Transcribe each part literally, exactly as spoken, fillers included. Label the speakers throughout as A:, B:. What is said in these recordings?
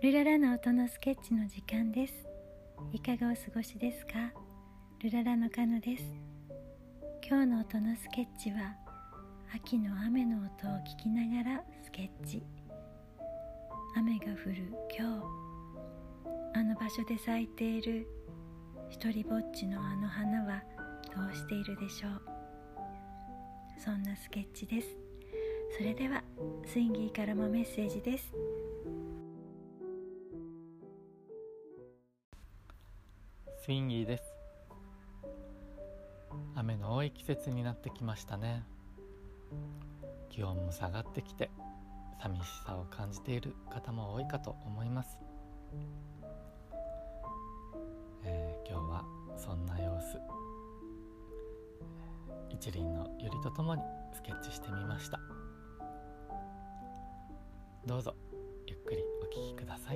A: ルララの音のスケッチの時間です。いかがお過ごしですか？ルララのカノです。今日の音のスケッチは秋の雨の音を聞きながらスケッチ。雨が降る今日、あの場所で咲いている一人ぼっちのあの花はどうしているでしょう。そんなスケッチです。それではスインギーからもメッセージです。
B: スインギーです。雨の多い季節になってきましたね。気温も下がってきて寂しさを感じている方も多いかと思います。えー、今日はそんな様子、一輪の百合とともにスケッチしてみました。どうぞゆっくりお聞きください。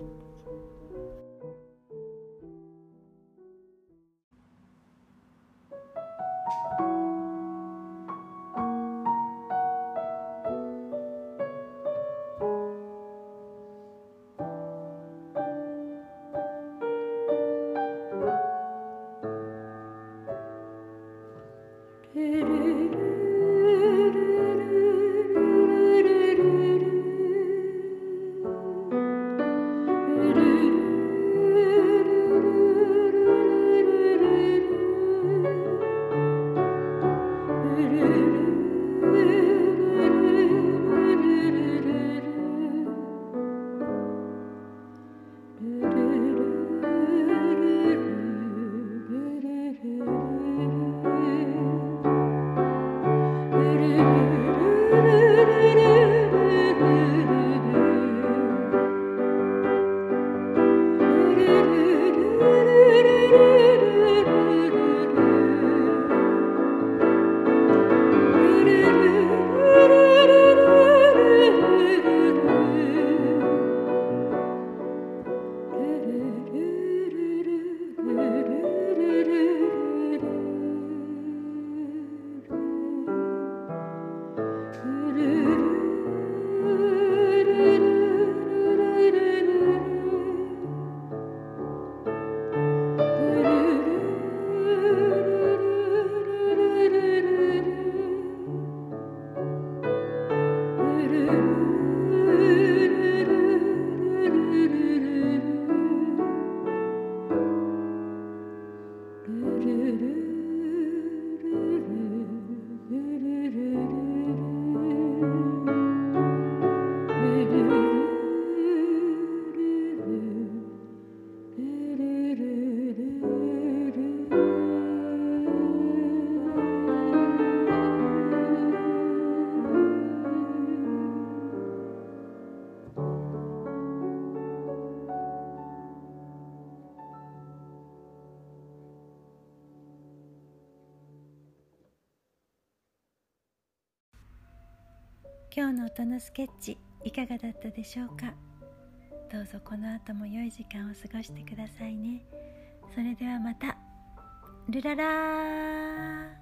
A: 今日の音のスケッチいかがだったでしょうか？どうぞこの後も良い時間を過ごしてくださいね。それではまた。ルララー。